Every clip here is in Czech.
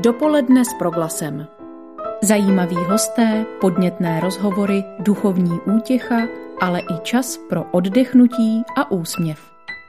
Dopoledne s Proglasem. Zajímaví hosté, podnětné rozhovory, duchovní útěcha, ale i čas pro oddechnutí a úsměv.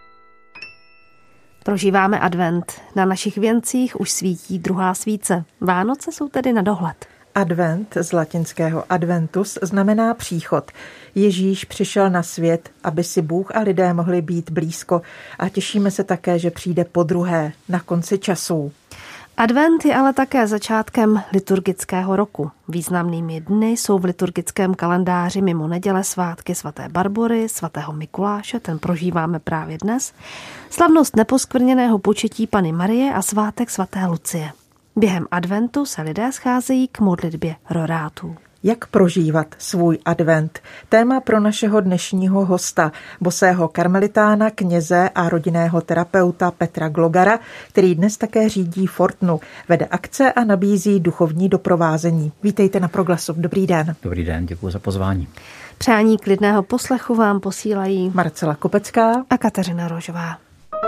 Prožíváme advent. Na našich věncích už svítí druhá svíce. Vánoce jsou tedy na dohled. Advent z latinského adventus znamená příchod. Ježíš přišel na svět, aby si Bůh a lidé mohli být blízko a těšíme se také, že přijde podruhé na konci časů. Advent je ale také začátkem liturgického roku. Významnými dny jsou v liturgickém kalendáři mimo neděle svátky svaté Barbory, svatého Mikuláše, ten prožíváme právě dnes, slavnost neposkvrněného početí Panny Marie a svátek svaté Lucie. Během adventu se lidé scházejí k modlitbě rorátů. Jak prožívat svůj advent? Téma pro našeho dnešního hosta, bosého karmelitána, kněze a rodinného terapeuta Petra Glogara, který dnes také řídí Fortnu, vede akce a nabízí duchovní doprovázení. Vítejte na Proglasu. Dobrý den. Dobrý den, děkuji za pozvání. Přání klidného poslechu vám posílají Marcela Kopecká a Kateřina Rožová.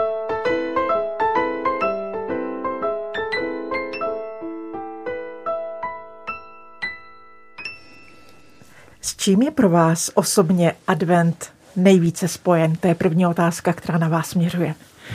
S čím je pro vás osobně advent nejvíce spojen? To je první otázka, která na vás směřuje.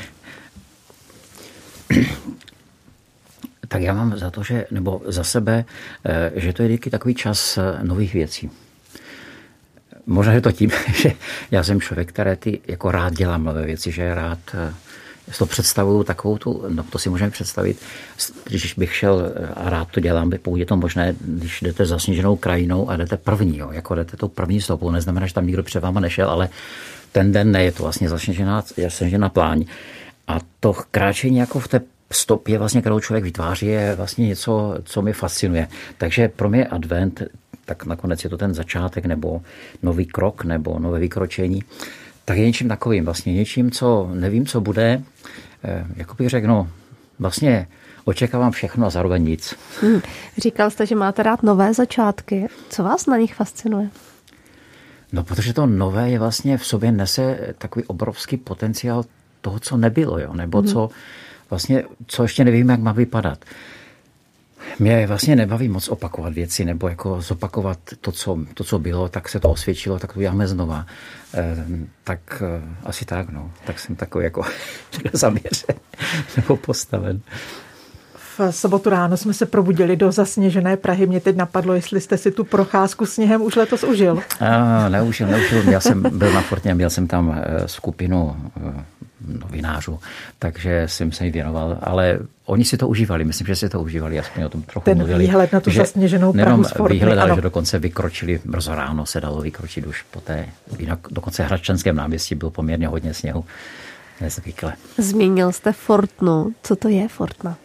Tak já mám za to, nebo za sebe, že to je vždycky takový čas nových věcí. Možná je to tím, že já jsem člověk, který jako rád dělám nové věci, že rád to představuju takovou to si můžeme představit, když bych šel a rád to dělám, pokud je to možné, když jdete zasněženou krajinou a jdete první, jako jdete tou první stopou, neznamená, že tam nikdo před váma nešel, ale ten den ne, je to vlastně zasněžená pláň. A to kráčení jako v té stopě, vlastně, kterou člověk vytváří, je vlastně něco, co mě fascinuje. Takže pro mě advent, tak nakonec je to ten začátek, nebo nový krok, nebo nové vykročení, tak je něčím takovým, vlastně něčím, co nevím, co bude, jako bych řekl, vlastně očekávám všechno a zároveň nic. Říkal jste, že máte rád nové začátky. Co vás na nich fascinuje? No, protože to nové je vlastně v sobě nese takový obrovský potenciál toho, co nebylo, jo? Nebo co ještě nevím, jak má vypadat. Mě vlastně nebaví moc opakovat věci, nebo jako zopakovat to, co bylo, tak se to osvědčilo, tak to děláme znova. Tak asi tak, no. Tak jsem takový jako zaměřen nebo postaven. V sobotu ráno jsme se probudili do zasněžené Prahy. Mě teď napadlo, jestli jste si tu procházku sněhem už letos užil. Neužil. Já jsem byl na Fortně, měl jsem tam skupinu novinářů, takže jsem se jí věnoval, ale oni si to užívali, myslím, že si to užívali, aspoň o tom trochu ten mluvili. Ten výhled na tu zasněženou Prahu z Fortny. Výhled, ale že dokonce vykročili, brzo ráno se dalo vykročit už poté, jinak dokonce v Hradčanském náměstí byl poměrně hodně sněhu, nezvykle. Zmínil jste Fortnu, co to je Fortna?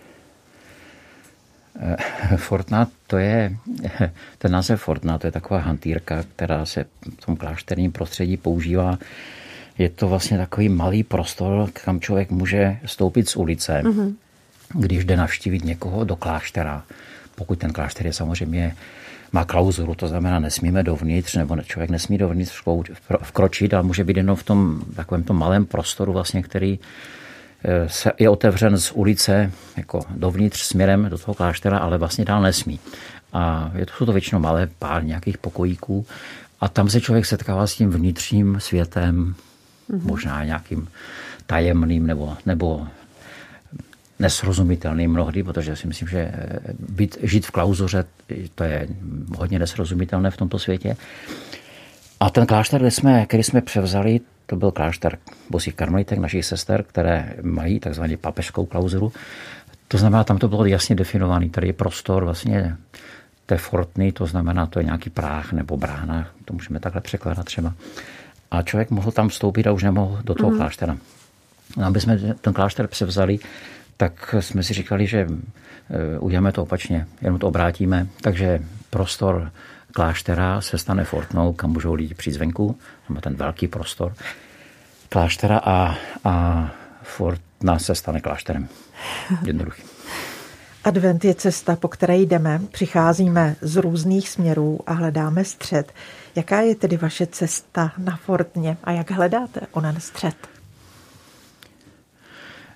Fortna, ten název Fortna, to je taková hantýrka, která se v tom klášterním prostředí používá. Je to vlastně takový malý prostor, kam člověk může stoupit z ulice, když jde navštívit někoho do kláštera. Pokud ten klášter je samozřejmě má klauzuru, to znamená nesmíme dovnitř, nebo člověk nesmí dovnitř vkročit, ale může být jenom v tom takovém tom malém prostoru, vlastně, který je otevřen z ulice jako dovnitř směrem do toho kláštera, ale vlastně dál nesmí. A jsou to většinou malé pár nějakých pokojíků a tam se člověk setkává s tím vnitřním světem, možná nějakým tajemným nebo nesrozumitelným mnohdy, protože si myslím, že žít v klauzuře, to je hodně nesrozumitelné v tomto světě. A ten klášter, který jsme převzali, to byl klášter bosých karmelitek, našich sester, které mají takzvaně papežskou klauzuru. To znamená, tam to bylo jasně definovaný, tady je prostor vlastně té Fortny, to znamená, to je nějaký práh nebo brána, to můžeme takhle překládat třeba. A člověk mohl tam vstoupit a už nemohl do toho kláštera. A aby jsme ten klášter převzali, tak jsme si říkali, že uděláme to opačně, jenom to obrátíme. Takže prostor kláštera se stane Fortnou, kam můžou lidi přijít zvenku, máme ten velký prostor kláštera a Fortna se stane klášterem. Jednoduchý. Advent je cesta, po které jdeme, přicházíme z různých směrů a hledáme střed. Jaká je tedy vaše cesta na Fortně a jak hledáte onen střed?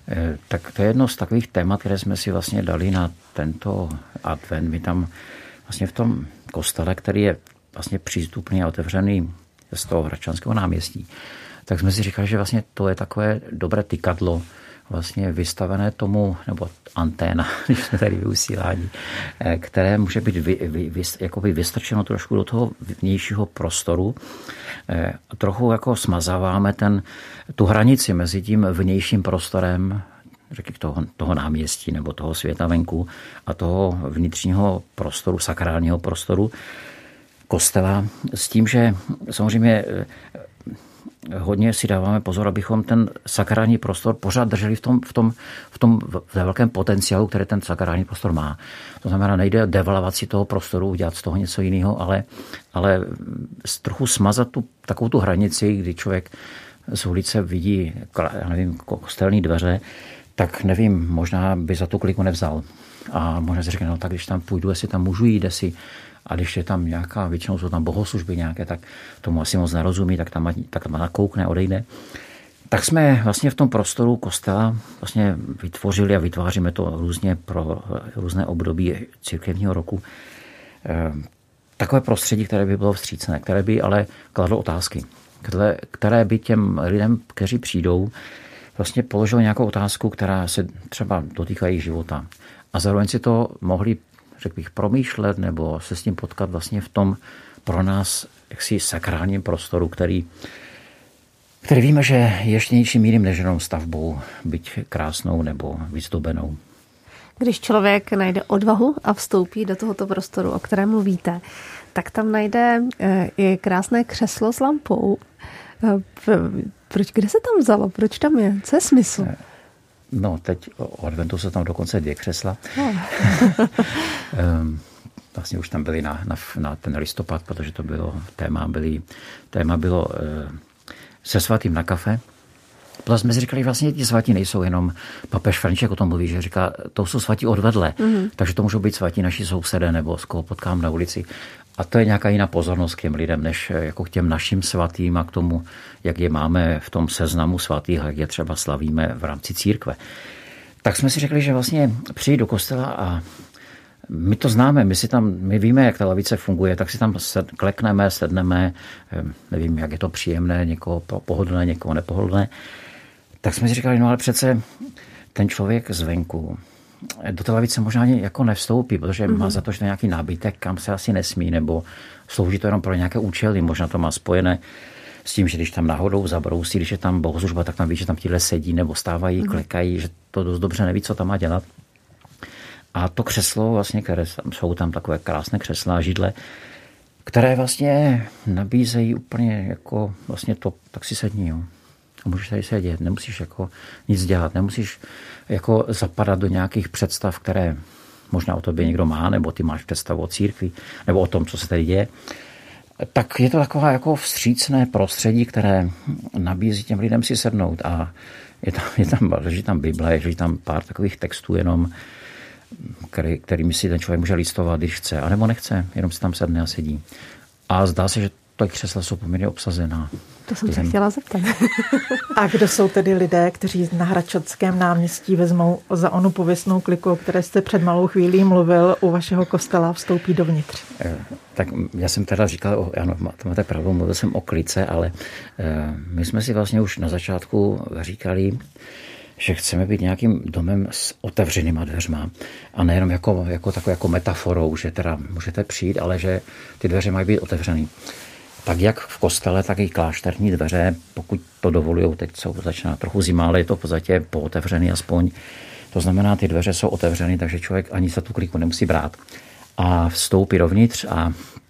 Tak to je jedno z takových témat, které jsme si vlastně dali na tento advent. My tam vlastně v tom kostele, který je vlastně přístupný a otevřený z toho Hradčanského náměstí, tak jsme si říkali, že vlastně to je takové dobré tykadlo, vlastně vystavené tomu, nebo anténa, když jsme tady vysílání, které může být jakoby vystrčeno trošku do toho vnějšího prostoru. Trochu jako smazáváme tu hranici mezi tím vnějším prostorem toho náměstí nebo toho světa venku a toho vnitřního prostoru, sakrálního prostoru kostela, s tím, že samozřejmě hodně si dáváme pozor, abychom ten sakrální prostor pořád drželi v tom velkém potenciálu, který ten sakrální prostor má. To znamená, nejde o devalvaci toho prostoru, udělat z toho něco jiného, ale trochu smazat takovou tu hranici, kdy člověk z ulice vidí, já nevím, kostelní dveře, tak nevím, možná by za tu kliku nevzal. A možná si řekne, no tak když tam půjdu, jestli tam můžu jít, a když je tam nějaká, většinou jsou tam bohoslužby nějaké, tak tomu asi moc nerozumí, tak tam nakoukne, odejde. Tak jsme vlastně v tom prostoru kostela vlastně vytvořili a vytváříme to různě pro různé období církevního roku. Takové prostředí, které by bylo vstřícné, které by ale kladlo otázky, které by těm lidem, kteří přijdou, vlastně položilo nějakou otázku, která se třeba dotýká jejich života. A zároveň si to mohli, řekl bych, promýšlet nebo se s tím potkat vlastně v tom pro nás jaksi sakrálním prostoru, který víme, že je ještě něčím jiným než jenom stavbou, byť krásnou nebo vyzdobenou. Když člověk najde odvahu a vstoupí do tohoto prostoru, o kterém mluvíte, tak tam najde i krásné křeslo s lampou. Kde se tam vzalo? Proč tam je? Co je smysl? No, teď o adventu se tam dokonce 2 křesla. Vlastně už tam byli na ten listopad, protože to bylo téma bylo se svatým na kafe. Protože jsme si říkali, vlastně ti svatí nejsou jenom, papež František o tom mluví, že říká, to jsou svatí odvedle, takže to můžou být svatí naši sousedé nebo s koho potkám na ulici. A to je nějaká jiná pozornost k těm lidem, než jako k těm našim svatým a k tomu, jak je máme v tom seznamu svatých, jak je třeba slavíme v rámci církve. Tak jsme si řekli, že vlastně přijít do kostela a my to známe, my víme, jak ta lavice funguje, tak si tam klekneme, sedneme, nevím, jak je to příjemné, někoho pohodlné, někoho nepohodlné. Tak jsme si říkali, no ale přece ten člověk zvenku do té lavice možná ani jako nevstoupí, protože má za to, že to je nějaký nábytek, kam se asi nesmí, nebo slouží to jenom pro nějaké účely, možná to má spojené s tím, že když tam náhodou zabrousí, když je tam bohoslužba, tak tam ví, že tam tíhle sedí nebo stávají, klekají, že to dost dobře neví, co tam má dělat. A to křeslo, vlastně, které jsou tam takové krásné křesla a židle, které vlastně nabízejí úplně jako vlastně to, tak si sedni, jo. A můžeš tady sedět, nemusíš jako nic dělat, nemusíš jako zapadat do nějakých představ, které možná o tobě někdo má, nebo ty máš představu o církvi, nebo o tom, co se tady děje. Tak je to takové jako vstřícné prostředí, které nabízí těm lidem si sednout. A leží tam Bible, leží tam pár takových textů jenom, kterými si ten člověk může listovat, když chce, anebo nechce, jenom si tam sedne a sedí. A zdá se, že to křesla jsou poměrně obsazená. To jsem se chtěla zeptat. A kdo jsou tedy lidé, kteří na Hradčanském náměstí vezmou za onu pověstnou kliku, o které jste před malou chvílí mluvil, u vašeho kostela vstoupí dovnitř? Tak já jsem teda říkal, ano, máte pravdu, mluvil jsem o klice, ale my jsme si vlastně už na začátku říkali, že chceme být nějakým domem s otevřenýma dveřma a nejenom jako metaforou, že teda můžete přijít, ale že ty dveře mají být otevřený. Tak jak v kostele, tak i klášterní dveře, pokud to dovolují, teď začíná trochu zima, ale je to v podstatě pootevřený aspoň. To znamená, ty dveře jsou otevřený, takže člověk ani za tu kliku nemusí brát. A vstoupí dovnitř a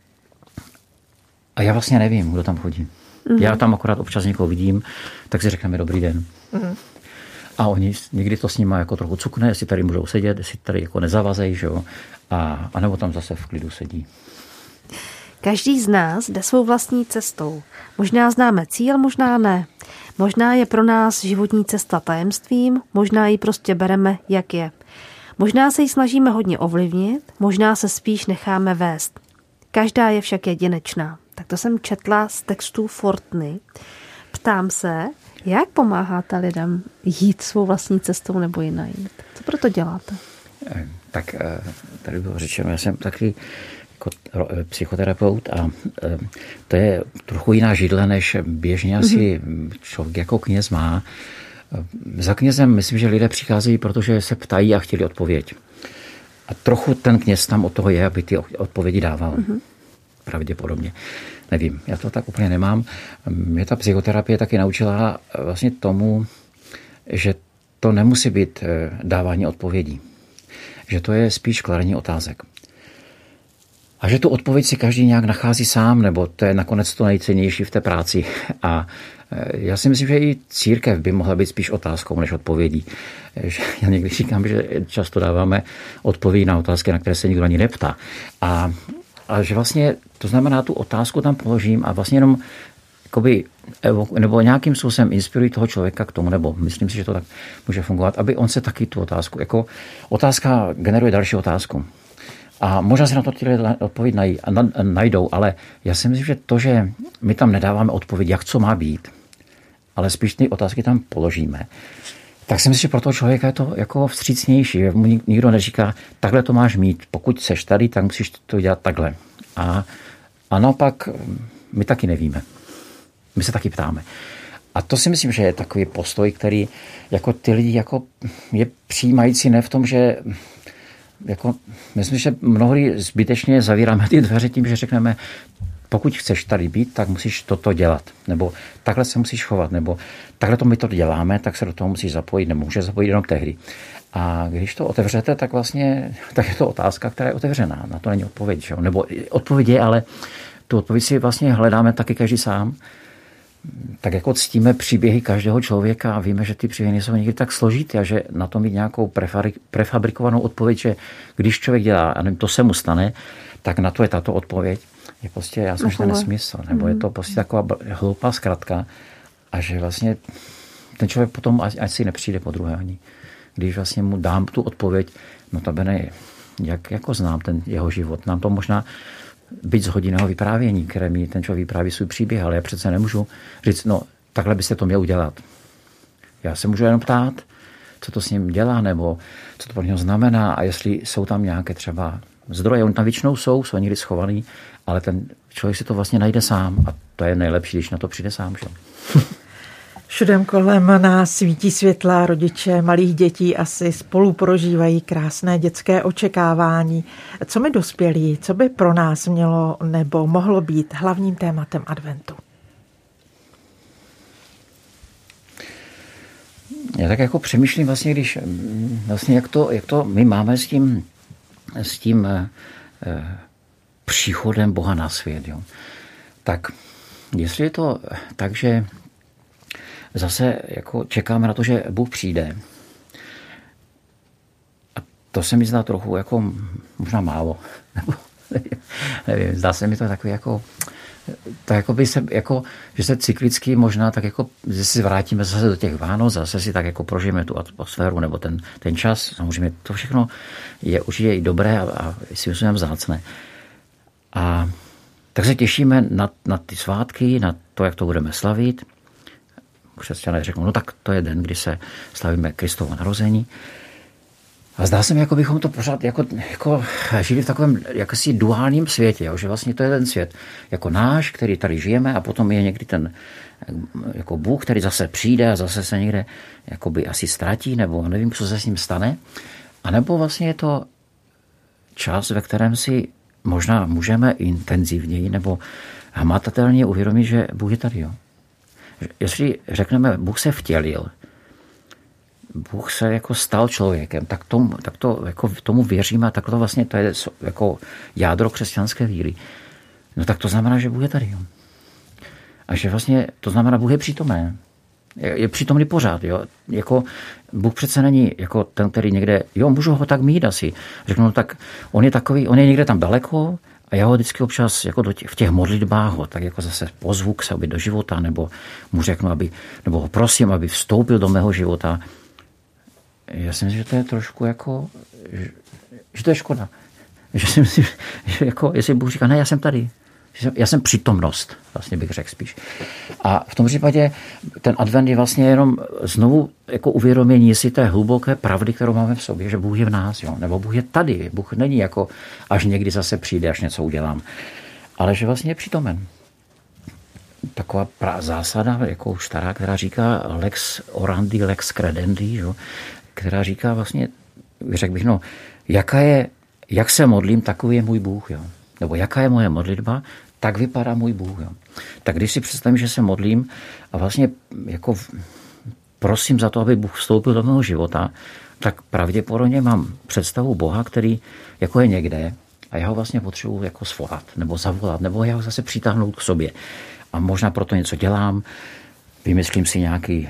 já vlastně nevím, kdo tam chodí. Já tam akorát občas někoho vidím, tak si řekneme dobrý den. A oni někdy to s nima jako trochu cukne, jestli tady můžou sedět, jestli tady jako nezavazejí, že jo? A nebo tam zase v klidu sedí. Každý z nás jde svou vlastní cestou. Možná známe cíl, možná ne. Možná je pro nás životní cesta tajemstvím, možná ji prostě bereme, jak je. Možná se ji snažíme hodně ovlivnit, možná se spíš necháme vést. Každá je však jedinečná. Tak to jsem četla z textů Fortny. Ptám se, Jak pomáháte lidem jít svou vlastní cestou nebo ji najít? Co proto děláte? Tak tady bylo řečeno, já jsem taky jako psychoterapeut a to je trochu jiná židle, než běžně asi člověk jako kněz má. Za knězem myslím, že lidé přicházejí, protože se ptají a chtěli odpověď. A trochu ten kněz tam od toho je, aby ty odpovědi dával. Pravděpodobně. Nevím, já to tak úplně nemám. Mě ta psychoterapie taky naučila vlastně tomu, že to nemusí být dávání odpovědí. Že to je spíš kladení otázek. A že tu odpověď si každý nějak nachází sám, nebo to je nakonec to nejcennější v té práci. A já si myslím, že i církev by mohla být spíš otázkou než odpovědí. Já někdy říkám, že často dáváme odpovědi na otázky, na které se nikdo ani neptá. A že vlastně to znamená, tu otázku tam položím a vlastně jenom jakoby, nebo nějakým způsobem inspiruji toho člověka k tomu, nebo myslím si, že to tak může fungovat, aby on se taky tu otázku, jako otázka generuje další otázku. A možná se na to ty odpověď najdou, ale já si myslím, že to, že my tam nedáváme odpověď, jak co má být, ale spíš ty otázky tam položíme, tak si myslím, že pro toho člověka je to jako vstřícnější. Mu nikdo neříká, takhle to máš mít, pokud seš tady, tak musíš to dělat takhle. A naopak my taky nevíme. My se taky ptáme. A to si myslím, že je takový postoj, který jako ty lidi jako je přijímající ne v tom, že jako, myslím, že mnohdy zbytečně zavíráme ty dveře tím, že řekneme, pokud chceš tady být, tak musíš toto dělat. Nebo takhle se musíš chovat. Nebo takhle to my to děláme, tak se do toho musíš zapojit. Nebo může zapojit jenom tehdy. A když to otevřete, tak vlastně tak je to otázka, která je otevřená. Na to není odpověď. Že? Nebo odpověď je, ale tu odpověď si vlastně hledáme taky každý sám. Tak jako ctíme příběhy každého člověka a víme, že ty příběhy jsou někdy tak složité a že na to mít nějakou prefabrikovanou odpověď, že když člověk dělá a nevím, to se mu stane, tak na to je tato odpověď. Je prostě, já jsem, že to je nesmysl, nebo je to prostě taková hloupá zkratka a že vlastně ten člověk potom ať si nepřijde po druhé ani. Když vlastně mu dám tu odpověď, no to bene, jak jako znám ten jeho život, nám to možná být z hodinného vyprávění, které mi ten člověk vypráví svůj příběh, ale já přece nemůžu říct, no takhle byste to měl udělat. Já se můžu jenom ptát, co to s ním dělá, nebo co to pro něho znamená a jestli jsou tam nějaké třeba zdroje. Oni tam většinou jsou někdy schovaný, ale ten člověk si to vlastně najde sám a to je nejlepší, když na to přijde sám. Že? Všude kolem nás svítí světla, rodiče malých dětí asi spolu prožívají krásné dětské očekávání. Co my dospělí, co by pro nás mělo nebo mohlo být hlavním tématem adventu? Já tak jako přemýšlím vlastně, když vlastně jak to my máme s tím příchodem Boha na svět. Jo. Tak jestli je to tak, že zase jako čekáme na to, že Bůh přijde. A to se mi zdá trochu jako možná málo. Nebo nevím, zdá se mi to takový jako to jako by se, jako, že se cyklicky možná tak jako, že si vrátíme zase do těch Vánoc, zase si tak jako prožijeme tu atmosféru nebo ten čas. Samozřejmě to všechno je určitě i dobré a si myslím vzácné. A tak se těšíme na ty svátky, na to, jak to budeme slavit. Křesťané řeknou, no tak to je den, kdy se slavíme Kristovo narození. A zdá se mi, jako bychom to pořád jako žili v takovém jakési duálním světě, jo? Že vlastně to je ten svět jako náš, který tady žijeme a potom je někdy ten jako Bůh, který zase přijde a zase se někde jakoby asi ztratí, nebo nevím, co se s ním stane. A nebo vlastně je to čas, ve kterém si možná můžeme intenzivněji nebo hmatatelně uvědomit, že Bůh je tady. Jo? Jestli řekneme, Bůh se vtělil, Bůh se jako stal člověkem, tak to jako tomu věříme a tak to vlastně to je jako jádro křesťanské víry. No tak to znamená, že Bůh je tady. Jo. A že vlastně to znamená, Bůh je přítomen. Je přítomný pořád. Jo. Jako Bůh přece není jako ten, který někde, jo, můžu ho tak mít asi. Řeknu, no tak on je takový, on je někde tam daleko a já ho vždycky občas jako v těch modlitbách ho tak jako zase pozvu k sobě do života, nebo mu řeknu, nebo ho prosím, aby vstoupil do mého života. Já si myslím, že to je trošku jako, že to je škoda. Že si myslím, že jako, jestli Bůh říká, ne, já jsem tady. Já jsem přítomnost, vlastně bych řekl spíš. A v tom případě ten advent je vlastně jenom znovu jako uvědomění si té hluboké pravdy, kterou máme v sobě, že Bůh je v nás, jo? Nebo Bůh je tady. Bůh není jako až někdy zase přijde, až něco udělám. Ale že vlastně je přítomen. Taková zásada, jako už stará, která říká lex orandi, lex credendi, jo? Která říká vlastně, řekl bych, no, jak se modlím, takový je můj Bůh, jo? Nebo jaká je moje modlitba, tak vypadá můj Bůh. Jo? Tak když si představím, že se modlím a vlastně jako prosím za to, aby Bůh vstoupil do mého života, tak pravděpodobně mám představu Boha, který jako je někde a já ho vlastně potřebuji jako svolat nebo zavolat, nebo já ho zase přitáhnout k sobě. A možná proto něco dělám, vymyslím si nějaký,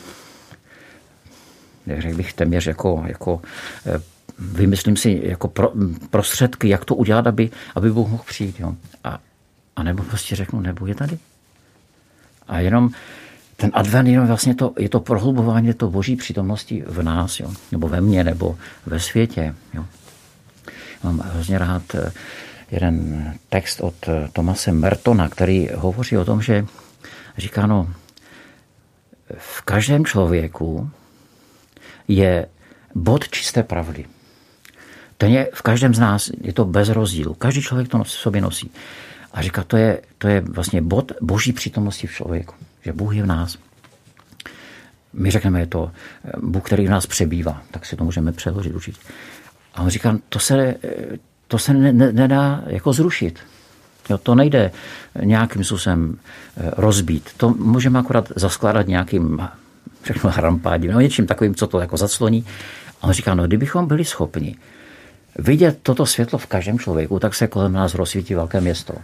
řekl bych téměř jako vymyslím si jako prostředky, jak to udělat, aby Bůh mohl přijít. Jo? A nebo prostě řeknu, nebo je tady. A jenom ten advent jenom vlastně je to prohlubování to boží přítomnosti v nás, jo? Nebo ve mně, nebo ve světě. Jo? Mám hrozně rád jeden text od Thomase Mertona, který hovoří o tom, že říká, no, v každém člověku je bod čisté pravdy. Ten je v každém z nás, je to bez rozdílu. Každý člověk to v sobě nosí. A říká, to je vlastně bod boží přítomnosti v člověku. Že Bůh je v nás. My řekneme, je to Bůh, který v nás přebývá. Tak si to můžeme přeložit určitě. A on říká, to se nedá jako zrušit. Jo, to nejde nějakým způsobem rozbít. To můžeme akorát zaskládat nějakým, řeknu, hrampádím, no něčím takovým, co to jako zacloní. A on říká, no kdybychom byli schopni vidět toto světlo v každém člověku, tak se kolem nás rozsvítí velké město.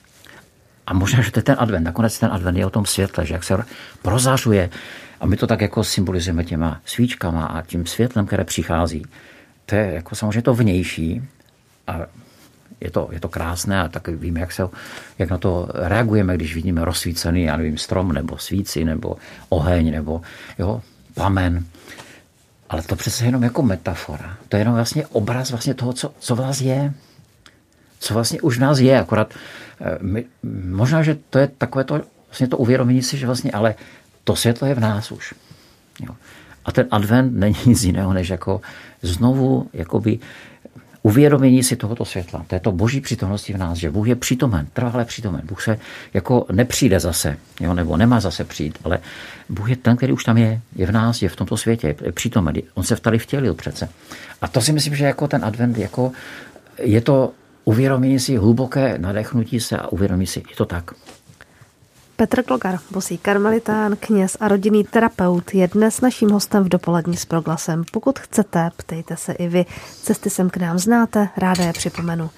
A možná, že to je ten advent. Nakonec ten advent je o tom světle, že jak se prozařuje. A my to tak jako symbolizujeme těma svíčkama a tím světlem, které přichází. To je jako samozřejmě to vnější a je to krásné a tak víme, jak na to reagujeme, když vidíme rozsvícený, já nevím, strom nebo svíci nebo oheň nebo plamen. Ale to přece jenom jako metafora. To je jenom vlastně obraz vlastně toho, co v nás je. Co vlastně už v nás je. Akorát možná, že to je takové to, vlastně to uvědomění si, že vlastně, ale to světlo je v nás už. Jo. A ten advent není nic jiného, než jako znovu jakoby uvědomění si tohoto světla, této boží přítomnosti v nás, že Bůh je přítomen, trvale přítomen. Bůh se jako nepřijde zase, jo, nebo nemá zase přijít, ale Bůh je ten, který už tam je v nás, je v tomto světě, je přítomen. On se tady vtělil přece. A to si myslím, že jako ten advent, jako je to uvědomění si, hluboké nadechnutí se a uvědomí si, je to tak. Petr Glogar, bosý karmelitán, kněz a rodinný terapeut, je dnes naším hostem v Dopolední s Proglasem. Pokud chcete, ptejte se i vy. Cesty sem k nám znáte, ráda je připomenu.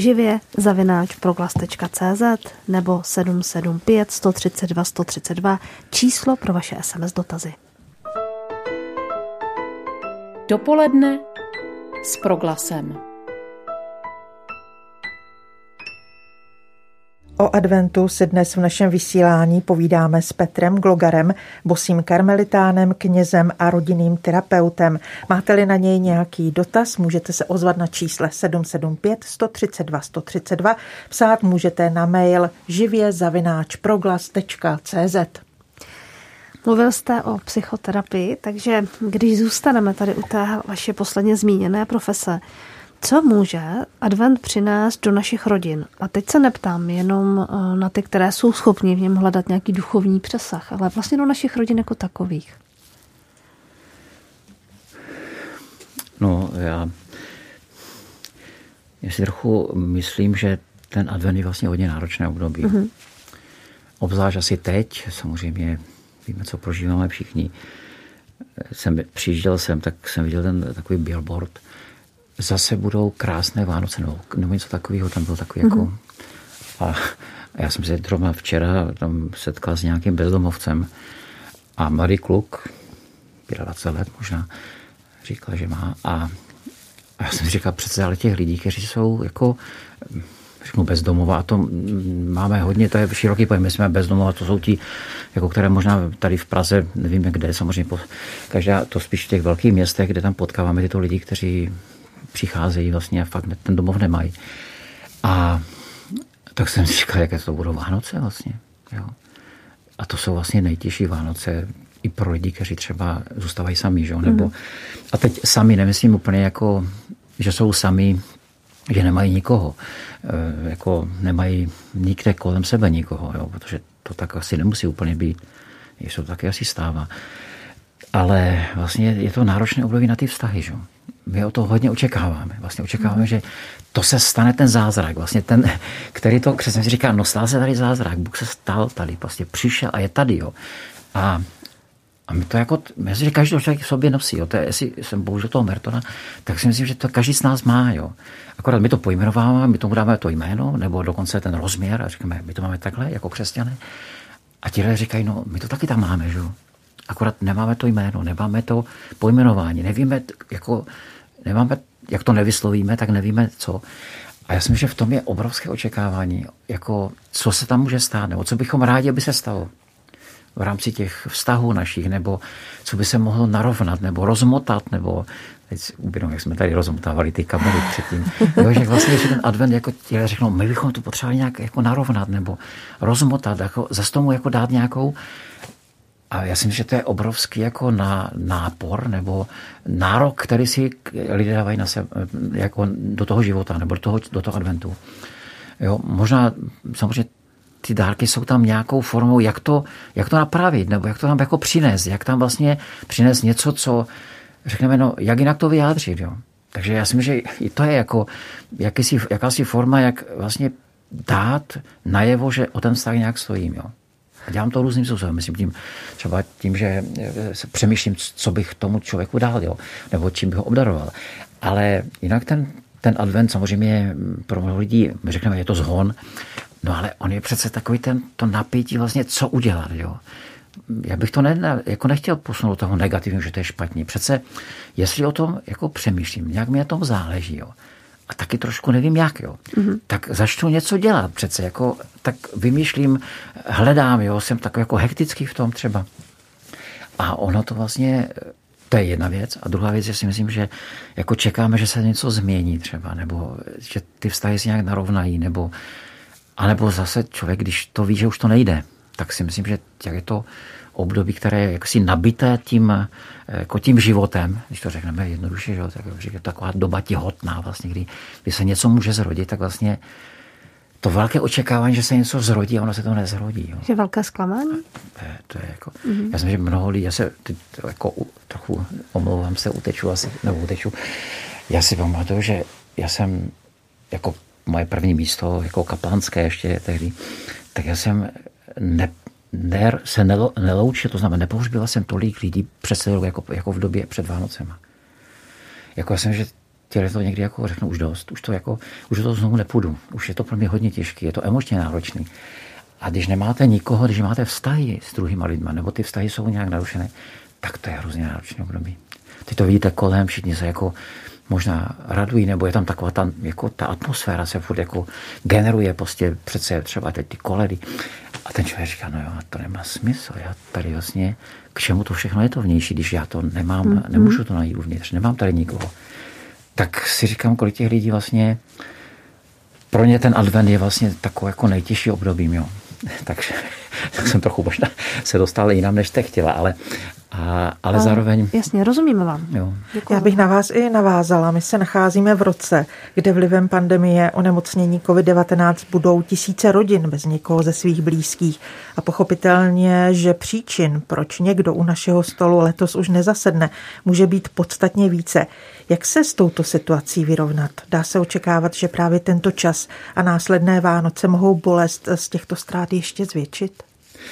živě@proglas.cz nebo 775 132 132, číslo pro vaše SMS dotazy. Dopoledne s Proglasem. O adventu si dnes v našem vysílání povídáme s Petrem Glogarem, bosým karmelitánem, knězem a rodinným terapeutem. Máte-li na něj nějaký dotaz, můžete se ozvat na čísle 775 132 132, psát můžete na mail živě@proglas.cz. Mluvil jste o psychoterapii, takže když zůstaneme tady u té vaše posledně zmíněné profese, co může advent přinést do našich rodin? A teď se neptám jenom na ty, které jsou schopni v něm hledat nějaký duchovní přesah, ale vlastně do našich rodin jako takových. No, já si trochu myslím, že ten advent je vlastně hodně náročné období. Mm-hmm. Obzvlášť asi teď, samozřejmě víme, co prožíváme všichni. Přijížděl jsem, tak jsem viděl ten takový billboard. Zase budou krásné Vánoce, nebo něco takového, tam bylo takový jako... A já jsem se zrovna včera tam setkal s nějakým bezdomovcem a mladý kluk, 25 let možná, říkal, že má. A já jsem si říkal, přece ale těch lidí, kteří jsou jako, řeknu, bezdomova, a to máme hodně, to je široký pojem, my jsme bezdomova, to jsou ti, jako které možná tady v Praze, nevíme kde, samozřejmě každá, to spíš v těch velkých městech, kde tam potkáváme tyto lidi, kteří přicházejí vlastně a fakt ten domov nemají. A Tak jsem si říkal, jaké to budou Vánoce vlastně. Jo. A to jsou vlastně nejtěžší Vánoce i pro lidi, kteří třeba zůstávají sami. Že? Nebo, a teď sami nemyslím úplně jako, že jsou sami, že nemají nikoho. Jako nemají nikde kolem sebe nikoho, jo? Protože to tak asi nemusí úplně být. Je to taky asi stává. Ale vlastně je to náročné období na ty vztahy. Že? My o to hodně očekáváme. Vlastně očekáváme, že to se stane ten zázrak. Vlastně ten, který to křesťan si říká, no stál se tady zázrak. Bůh se stal tady. Vlastně přišel a je tady. Jo. A my to jako, myslím, že každý člověk v sobě nosí. Jo. To je, jestli jsem použil toho Mertona, tak si myslím, že to každý z nás má. Jo. Akorát my to pojmenováváme, my tomu dáme to jméno, nebo dokonce ten rozměr a říkáme, my to máme takhle, jako křesťané. A tihle říkají, no my to taky tam máme, že jo. Akorát nemáme to jméno, nemáme to pojmenování, nevíme, jako, nemáme, jak to nevyslovíme, tak nevíme co. A já si myslím, že v tom je obrovské očekávání, jako, co se tam může stát, nebo co bychom rádi, aby se stalo v rámci těch vztahů našich, nebo co by se mohlo narovnat, nebo rozmotat, nebo teď ubědom, jak jsme tady rozmotávali ty kamery předtím. Jo, že vlastně že ten advent, jako těle řeknou, my bychom to potřebovali nějak jako narovnat, nebo rozmotat, jako, zase tomu jako dát nějakou. A já si myslím, že to je obrovský jako nápor nebo nárok, který si lidé dávají na sebe, jako do toho života nebo do toho adventu. Jo, možná samozřejmě ty dárky jsou tam nějakou formou, jak to napravit, nebo jak to tam jako přinést, jak tam vlastně přinést něco, co řekneme, no, jak jinak to vyjádřit. Jo. Takže já si myslím, že i to je jako jakási forma, jak vlastně dát najevo, že o ten vztah nějak stojím. Jo. A dělám to různým způsobem. Myslím třeba tím, že přemýšlím, co bych tomu člověku dal, jo? Nebo čím bych ho obdaroval. Ale jinak ten advent samozřejmě pro mnoho lidí, my řekneme, je to zhon, no ale on je přece takový to napětí vlastně, co udělat. Jo? Já bych to jako nechtěl posunout toho negativního, že to je špatně. Přece, jestli o tom jako přemýšlím, nějak mi na tom záleží, jo? A taky trošku nevím jak, jo. Tak začnu něco dělat přece, jako, tak vymýšlím, hledám, jo, jsem takový jako hektický v tom třeba. A ono to vlastně, to je jedna věc. A druhá věc, že si myslím, že jako čekáme, že se něco změní třeba, nebo že ty vztahy si nějak narovnají, anebo zase člověk, když to ví, že už to nejde, tak si myslím, že je to období, které je jaksi nabité tím životem, když to řekneme jednoduše, že, tak je taková doba těhotná, vlastně, kdy se něco může zrodit, tak vlastně to velké očekávání, že se něco zrodí a ono se to nezrodí. Jo. Je velké zklamání? To je jako, já jsem, že mnoho lidí, já se jako trochu omlouvám se, uteču. Já si pamatuju, že já jsem jako moje první místo, jako kaplanské ještě tehdy, tak já jsem se neloučil, to znamená, nepohřbila jsem tolik lidí před celou jako v době před Vánocema. Jako já jsem, že těle to někdy jako řeknu už dost, už to znovu nepůjdu, už je to pro mě hodně těžké, je to emočně náročný. A když nemáte nikoho, když máte vztahy s druhýma lidma, nebo ty vztahy jsou nějak narušené, tak to je hrozně náročné období. Ty to vidíte kolem, všichni se jako možná radují, nebo je tam taková ta atmosféra se furt jako generuje, prostě přece třeba ty koledy. A ten člověk říká, no jo, to nemá smysl, já tady vlastně, k čemu to všechno je to vnější, když já to nemám, nemůžu to najít uvnitř, nemám tady nikoho. Tak si říkám, kolik těch lidí vlastně, pro ně ten advent je vlastně takový jako nejtěžší obdobím, jo. Takže jsem trochu možná se dostal jinam, než jste chtěla, ale zároveň... Jasně, rozumíme vám. Jo. Já bych na vás i navázala. My se nacházíme v roce, kde vlivem pandemie onemocnění COVID-19 budou tisíce rodin bez někoho ze svých blízkých. A pochopitelně, že příčin, proč někdo u našeho stolu letos už nezasedne, může být podstatně více. Jak se s touto situací vyrovnat? Dá se očekávat, že právě tento čas a následné Vánoce mohou bolest z těchto ztrát ještě zvětšit?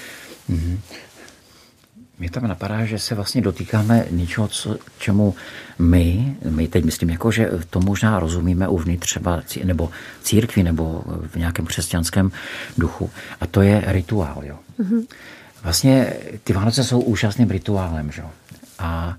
Mě tam napadá, že se vlastně dotýkáme něčeho, čemu my teď myslím, jako, že to možná rozumíme uvnitř třeba nebo církvi nebo v nějakém křesťanském duchu. A to je rituál. Jo. Vlastně ty Vánoce jsou úžasným rituálem. Jo. A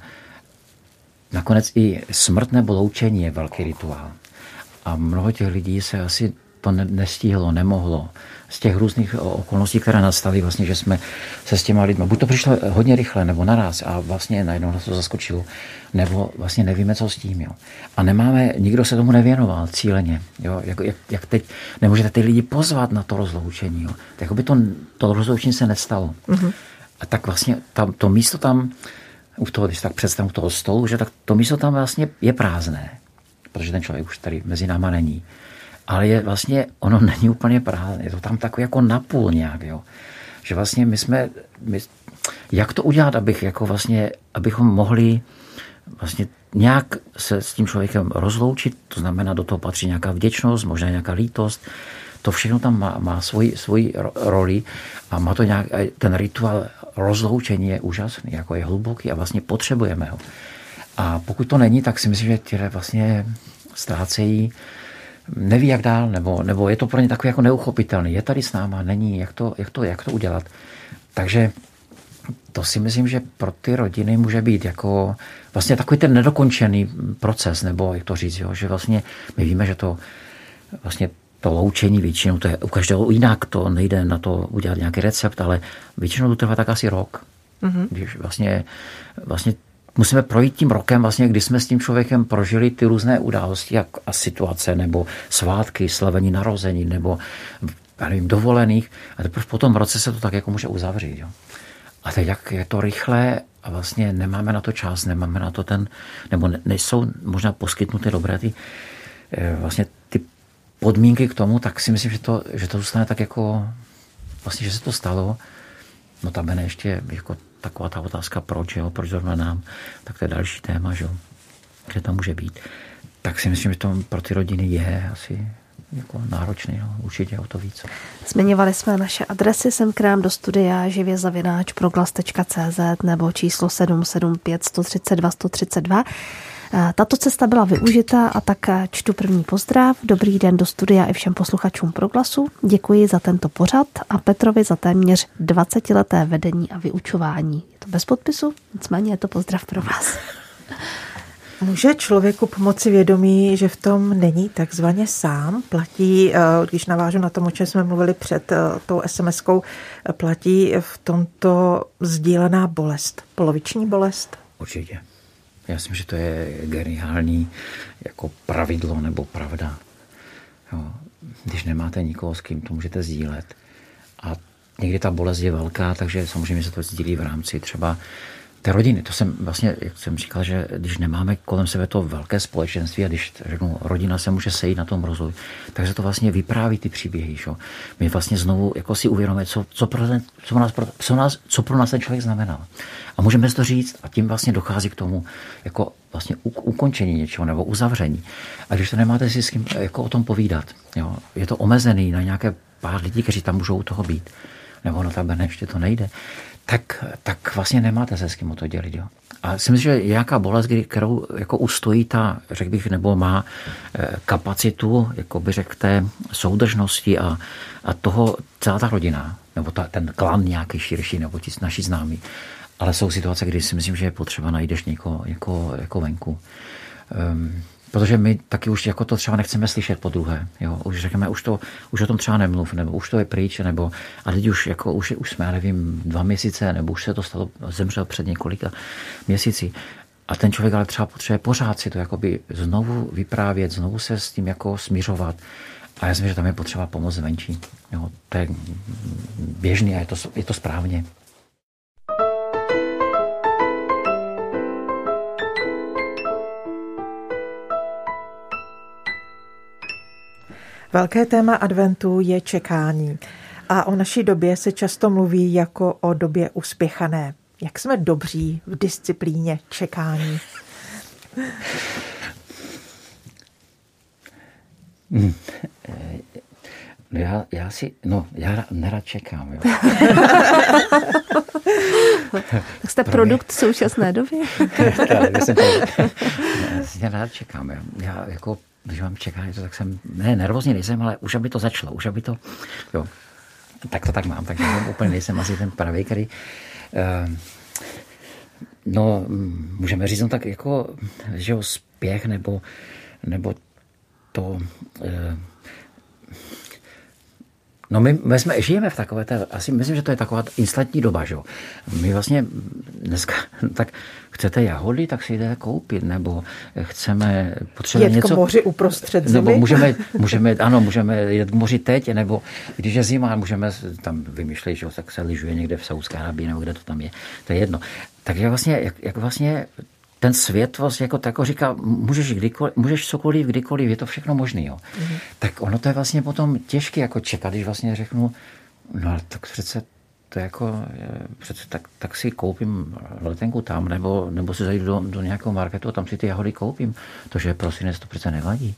nakonec i smrt nebo loučení je velký rituál. A mnoho těch lidí se asi to nestihlo, nemohlo. Z těch různých okolností, které nastaly, vlastně, že jsme se s těma lidmi, buď to přišlo hodně rychle, nebo naraz a vlastně najednou nás to zaskočilo, nebo vlastně nevíme, co s tím. Jo. A nikdo se tomu nevěnoval cíleně. Jo. Jak teď nemůžete ty lidi pozvat na to rozloučení. Jo. Tak by to rozloučení se nestalo. Mm-hmm. A tak vlastně to místo tam, když tak představím toho stolu, že tak to místo tam vlastně je prázdné, protože ten člověk už tady mezi náma není. Ale ono není úplně prázdné, je to tam takový jako napůl nějak, jo. Že vlastně jak to udělat, abychom mohli vlastně nějak se s tím člověkem rozloučit, to znamená, do toho patří nějaká vděčnost, možná nějaká lítost, to všechno tam má svoji roli a má to ten rituál rozloučení je úžasný, jako je hluboký a vlastně potřebujeme ho. A pokud to není, tak si myslím, že ti vlastně ztrácejí, neví jak dál, nebo je to pro ně takový jako neuchopitelný. Je tady s náma, není, jak to udělat. Takže to si myslím, že pro ty rodiny může být jako vlastně takový ten nedokončený proces, nebo jak to říct, jo? Že vlastně my víme, že to vlastně to loučení většinou, to je u každého jinak, to nejde na to udělat nějaký recept, ale většinou to trvá tak asi rok. Mm-hmm. Když vlastně musíme projít tím rokem, vlastně, kdy jsme s tím člověkem prožili ty různé události a situace, nebo svátky, slavení narození, nebo dovolených. A teprve po tom roce se to tak jako může uzavřít. Jo. A teď jak je to rychlé a vlastně nemáme na to čas, nemáme na to nebo nejsou možná poskytnuty dobré vlastně ty podmínky k tomu, tak si myslím, že to zůstane tak jako vlastně, že se to stalo. Notabene ještě jako taková ta otázka, proč zrovna nám, tak to je další téma, že tam může být. Tak si myslím, že to pro ty rodiny je asi jako náročný, určitě o to víc. Zmiňovali jsme naše adresy sem k nám do studia živě@proglas.cz nebo číslo 775 132 132. Tato cesta byla využita a tak čtu první pozdrav. Dobrý den do studia i všem posluchačům Proglasu. Děkuji za tento pořad a Petrovi za téměř 20leté vedení a vyučování. Je to bez podpisu, nicméně je to pozdrav pro vás. Může člověku pomoci vědomí, že v tom není takzvaně sám? Platí, když navážu na tom, o čem jsme mluvili před tou SMS-kou, platí v tomto sdílená bolest, poloviční bolest? Určitě. Já myslím, že to je geniální jako pravidlo nebo pravda. Jo. Když nemáte nikoho, s kým to můžete sdílet. A někdy ta bolest je velká, takže samozřejmě se to sdílí v rámci třeba té rodiny. To jsem vlastně, jak jsem říkal, že když nemáme kolem sebe to velké společenství a když řeknu, rodina se může sejít na tom rozvoji, tak se to vlastně vypráví ty příběhy. Šo? My vlastně znovu jako si uvědomíme, co pro nás ten člověk znamenal. A můžeme si to říct a tím vlastně dochází k tomu jako vlastně ukončení něčeho nebo uzavření. A když to nemáte si s kým jako o tom povídat, jo? Je to omezený na nějaké pár lidí, kteří tam můžou u toho být, nebo notabene ještě to nejde, tak vlastně nemáte se s kým o to dělit. Jo. A si myslím, že je nějaká bolest, kterou jako ustojí řekl bych, nebo má kapacitu, jako by řekl, té soudržnosti a toho celá ta rodina, nebo ten klan nějaký širší, nebo ti naši známí. Ale jsou situace, kdy si myslím, že je potřeba najdeš někoho jako venku. Protože my taky už jako to třeba nechceme slyšet po druhé. Jo? Už řekneme, už o tom třeba nemluv, nebo už to je pryč, nebo a teď už jsme, já nevím, 2 měsíce, nebo už se to stalo, zemřel před několika měsíci. A ten člověk ale třeba potřebuje pořád si to jakoby znovu vyprávět, znovu se s tím jako smířovat. A já si myslím, že tam je potřeba pomoc zvenčí. Jo? To je běžný a je to správně. Velké téma adventu je čekání. A o naší době se často mluví jako o době uspěchané. Jak jsme dobří v disciplíně čekání? Já nerad čekám. Jo. Tak jste produkt současné doby? Já nerad čekám. Já jako když mám čekání, tak jsem, nervózní nejsem, ale už aby to začalo, už aby to, jo, tak to tak mám, takže úplně nejsem asi ten pravý, který, můžeme říct, tak jako, že spěch, nebo to, No my žijeme v takové, asi myslím, že to je taková instantní doba, že jo. My vlastně dneska, tak chcete jahody, tak si jdete koupit, nebo potřebujeme něco. Jet k moři uprostřed zimy. Nebo můžeme jet k moři teď, nebo když je zima, můžeme tam vymýšlet, že jo, tak se lyžuje někde v Saúdské Arábii, nebo kde to tam je, to je jedno. Takže vlastně, jak vlastně ten svět vlastně jako říká, můžeš cokoliv, kdykoliv, je to všechno možný. Jo. Tak ono to je vlastně potom těžké jako čekat, když vlastně řeknu, no tak přece to je jako, přece tak si koupím letenku tam, nebo si zajdu do nějakého marketu a tam si ty jahody koupím. To, že prosinec, to přece nevadí.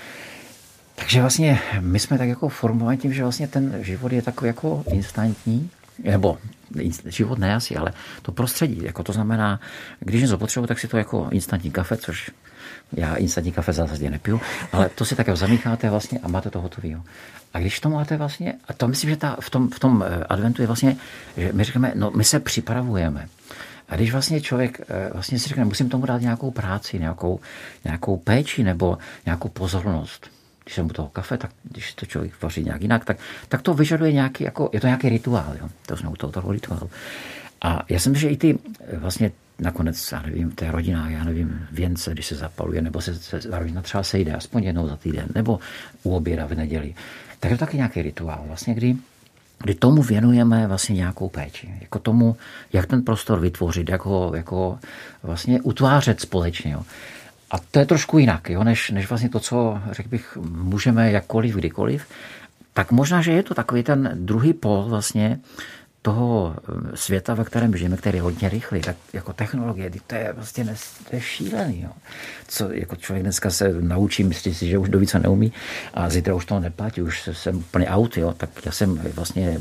Takže vlastně my jsme tak jako formovaní tím, že vlastně ten život je takový jako instantní, nebo život ne asi, ale to prostředí, jako to znamená, když něco potřebuji, tak si to jako instantní kafe, což já instantní kafe v zásadě nepiju, ale to si tak zamícháte vlastně a máte to hotovýho. A když to máte vlastně, a to myslím, že v tom adventu je vlastně, že my říkáme, no my se připravujeme. A když vlastně člověk vlastně si řekne, musím tomu dát nějakou práci, nějakou péči nebo nějakou pozornost. Když jsem u toho kafe, tak když to člověk vaří nějak jinak, tak to vyžaduje nějaký, jako, je to nějaký rituál. Jo? To jsme u toho rituálu. A já jsem, že i ty vlastně nakonec, já nevím, té rodina, já nevím, věnce, když se zapaluje, nebo se rodina třeba sejde aspoň jednou za týden, nebo u oběda v neděli. Tak je to taky nějaký rituál, vlastně, kdy tomu věnujeme vlastně nějakou péči. Jako tomu, jak ten prostor vytvořit, jak ho jako vlastně utvářet společně. Jo? A to je trošku jinak, jo, než vlastně to, co, řekl bych, můžeme jakkoliv, kdykoliv. Tak možná, že je to takový ten druhý pol vlastně toho světa, ve kterém žijeme, který je hodně rychlý, tak jako technologie, to je vlastně to je šílený. Jo. Co jako člověk dneska se naučí, myslí si, že už do více neumí a zítra už toho neplatí, už jsem plný aut, jo, tak já jsem vlastně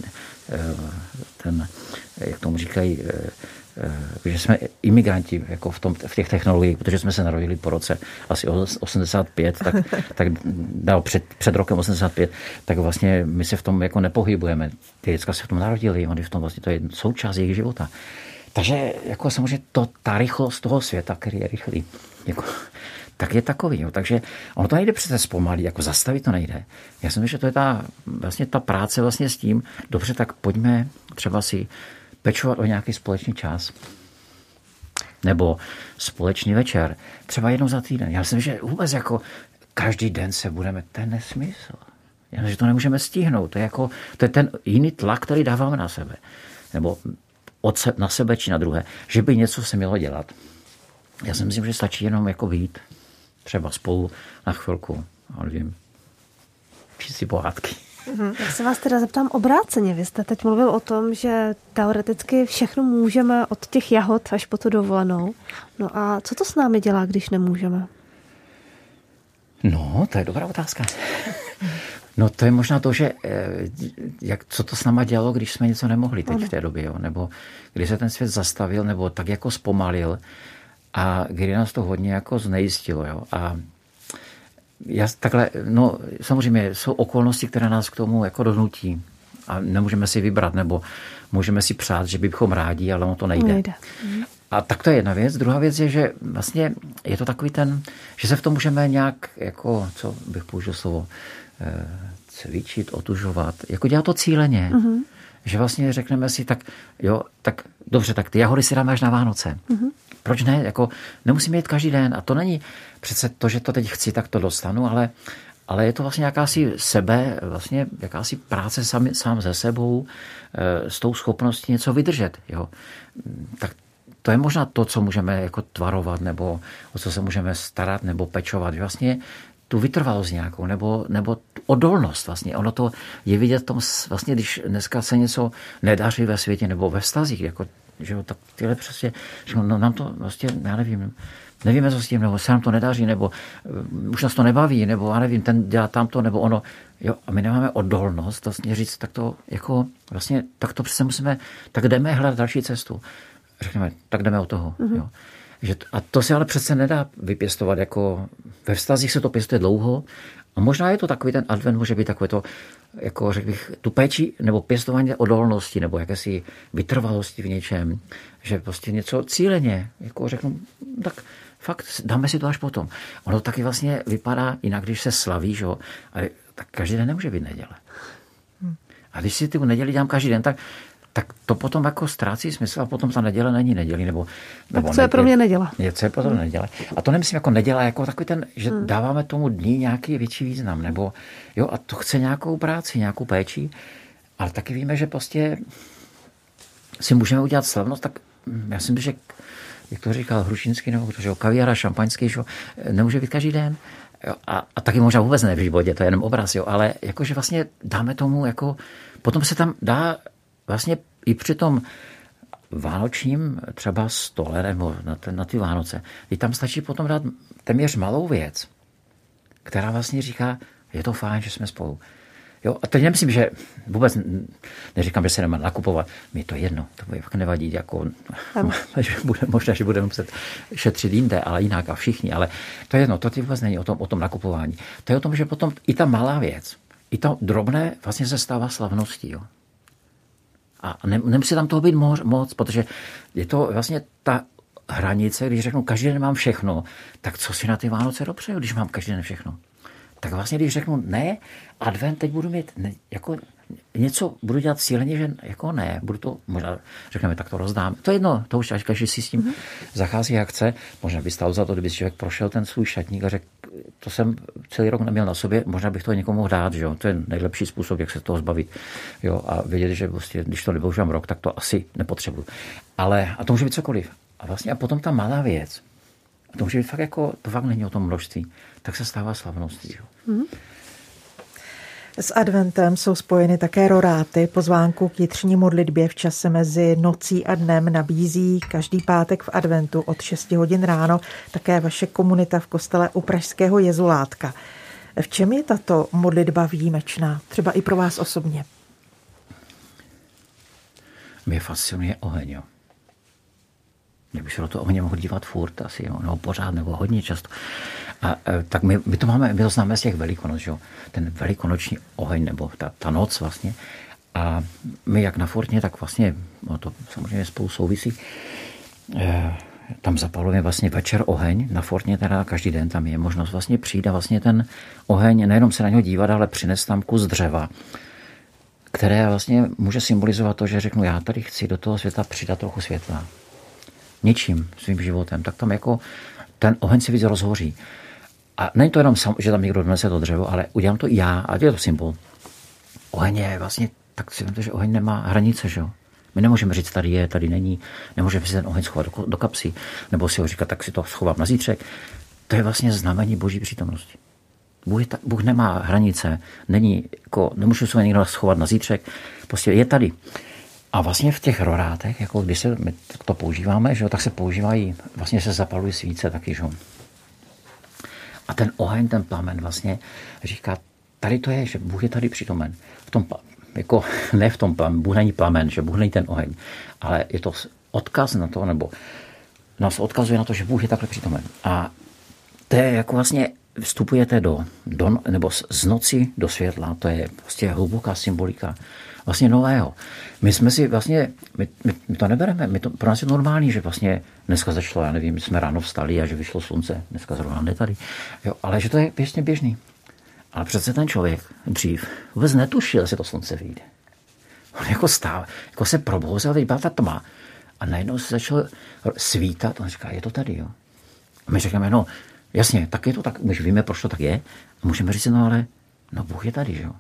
jak tomu říkají, že jsme imigranti jako v těch technologiích, protože jsme se narodili po roce asi 85, tak před rokem 85, tak vlastně my se v tom jako nepohybujeme. Ty děcka se v tom narodili, oni v tom vlastně to je součást jejich života. Takže jako samozřejmě ta rychlost toho světa, který je rychlý, jako, tak je takový. Jo. Takže ono to nejde přece zpomalit, jako zastavit to nejde. Já si myslím, že to je ta práce vlastně s tím, dobře, tak pojďme třeba si pečovat o nějaký společný čas. Nebo společný večer. Třeba jednou za týden. Já myslím, že vůbec jako každý den se budeme, to je nesmysl. Já myslím, že to nemůžeme stihnout. To je ten jiný tlak, který dáváme na sebe. Nebo na sebe či na druhé. Že by něco se mělo dělat. Já si myslím, že stačí jenom jako vyjít. Třeba spolu na chvilku. Nevím. Číst si pohádky. Já se vás teda zeptám obráceně. Vy jste teď mluvil o tom, že teoreticky všechno můžeme od těch jahod až po tu dovolenou. No a co to s námi dělá, když nemůžeme? No, to je dobrá otázka. No to je možná to, že co to s náma dělalo, když jsme něco nemohli teď v té době, jo? Nebo když se ten svět zastavil, nebo tak jako zpomalil a kdy nás to hodně jako znejistilo. Jo? A samozřejmě jsou okolnosti, které nás k tomu jako donutí a nemůžeme si vybrat, nebo můžeme si přát, že bychom rádi, ale ono to nejde. A tak to je jedna věc. Druhá věc je, že vlastně je to takový že se v tom můžeme nějak, jako, co bych použil slovo, cvičit, otužovat, jako dělat to cíleně. Že vlastně řekneme si, tak dobře, tak ty jahody si dáme až na Vánoce. Proč ne? Jako, nemusíme jít každý den. A to není přece to, že to teď chci, tak to dostanu, ale je to vlastně jakási jakási práce sám se sebou, s tou schopností něco vydržet. Jo? Tak to je možná to, co můžeme jako tvarovat, nebo o co se můžeme starat, nebo pečovat. Vlastně tu vytrvalost nějakou, nebo odolnost vlastně. Ono to je vidět v tom, vlastně, když dneska se něco nedaří ve světě, nebo ve vztazích, jako, že jo, tak tyhle přesně, že no, nám to vlastně, já nevíme, co s tím, nebo se nám to nedaří, nebo už nás to nebaví, nebo já nevím, ten dělá tamto, nebo ono, jo, a my nemáme odolnost vlastně říct, tak to jako, vlastně, tak to přesně musíme, tak jdeme hledat další cestu. Řekneme, tak jdeme od toho, jo. A to se ale přece nedá vypěstovat, jako ve vztazích se to pěstuje dlouho a možná je to takový ten advent, může být takové to, jako řekl bych, tu péči nebo pěstování odolnosti nebo jakési vytrvalosti v něčem, že prostě něco cíleně, jako řeknu, tak fakt dáme si to až potom. Ono taky vlastně vypadá jinak, když se slaví, že? A tak každý den nemůže být neděle. A když si tu neděli dělám každý den, tak to potom jako ztrácí smysl a potom ta neděle není nedělí. Nebo co je pro mě neděle? Co je pro mě neděle. A to nemyslím jako neděle, jako takový ten, že dáváme tomu dní nějaký větší význam. Nebo jo, a to chce nějakou práci, nějakou péči. Ale taky víme, že prostě si můžeme udělat slavnost, tak já si myslím, že jak to říkal Hrušínský, nebo že kaviára, šampaňský, že nemůže být každý den. Jo, a taky možná vůbec ne v životě, to je jenom obraz, jo, ale jakože vlastně dáme tomu, jako, potom se tam dá vlastně i při tom vánočním třeba stole nebo na ty Vánoce, kdy tam stačí potom dát téměř malou věc, která vlastně říká, je to fajn, že jsme spolu. Jo, a teď nemyslím, že vůbec neříkám, že se nemá nakupovat. Mi to jedno, to fakt nevadí, jako, možná, že budeme muset šetřit jinde, ale jinak a všichni, ale to je jedno, to vůbec není o tom nakupování. To je o tom, že potom i ta malá věc, i to drobné vlastně se stává slavností. Jo. A nemusí tam toho být moc, protože je to vlastně ta hranice, když řeknu, každý den mám všechno, tak co si na ty Vánoce dopřeju, když mám každý den všechno? Tak vlastně, když řeknu ne, advent, teď budu mít jako něco, budu dělat cíleně, že jako ne, budu to, možná řekneme, tak to rozdám. To je jedno, to už každý si s tím zachází jak chce. Možná by stalo za to, kdyby si člověk prošel ten svůj šatník a řekl, to jsem celý rok neměl na sobě, možná bych to někomu mohl dát, že jo? To je nejlepší způsob, jak se toho zbavit. Jo? A vědět, že prostě, když to nepoužívám rok, tak to asi nepotřebuji. Ale, a to může být cokoliv. A potom ta malá věc, a to může být fakt jako, to fakt není o tom množství, tak se stává slavností. S adventem jsou spojeny také roráty. Pozvánku k jitřní modlitbě v čase mezi nocí a dnem nabízí každý pátek v adventu od 6 hodin ráno také vaše komunita v kostele u pražského Jezulátka. V čem je tato modlitba výjimečná? Třeba i pro vás osobně. Mě fascinuje oheň, jo. Mě bych se do toho ohně mohl dívat furt asi, jo, nebo pořád, nebo hodně často. A tak my to známe z těch Velikonoc, jo. Ten velikonoční oheň, nebo ta noc vlastně. A my jak na Fortně, tak vlastně, no to samozřejmě spolu souvisí, tam zapalujeme vlastně večer oheň na Fortně, teda každý den tam je možnost vlastně přijít a vlastně ten oheň, nejenom se na něho dívat, ale přines tam kus dřeva, které vlastně může symbolizovat to, že řeknu, já tady chci do toho světa přidat trochu světla. Něčím svým životem, tak tam jako ten oheň se víc rozhoří. A není to jenom, že tam někdo donese to dřevo, ale udělám to i já, a je to symbol. Oheň je vlastně, tak si vemte, že oheň nemá hranice, že jo. My nemůžeme říct, tady je, tady není, nemůžeme si ten oheň schovat do kapsy, nebo si ho říkat, tak si to schovám na zítřek. To je vlastně znamení Boží přítomnosti. Bůh nemá hranice, není, jako, nemůžu se někdo schovat na zítřek, prostě je tady. A vlastně v těch rorátech, jako když my to používáme, že jo, tak se používají, vlastně se zapalují svíce taky, že jo. A ten oheň, ten plamen vlastně říká, tady to je, že Bůh je tady přítomen. V tom, jako ne v tom plamen, Bůh není plamen, že Bůh není ten oheň, ale je to odkaz na to, nebo nás odkazuje na to, že Bůh je takhle přítomen. A to je jako vlastně vstupujete nebo z noci do světla, to je prostě hluboká symbolika vlastně nového. My jsme si vlastně, my to nebereme, pro nás je normální, že vlastně dneska začalo, já nevím, jsme ráno vstali a že vyšlo slunce, dneska zrovna ne tady, jo, ale že to je běžně běžný. Ale přece ten člověk dřív vůbec netušil, jestli to slunce vyjde. On jako stál, jako se probouzel, teď byla ta tma a najednou se začalo svítat, on říká, je to tady, jo. A my říkáme, no jasně, tak je to tak, my víme, proč to tak je, a můžeme říct, no ale, no Bůh je tady, jo.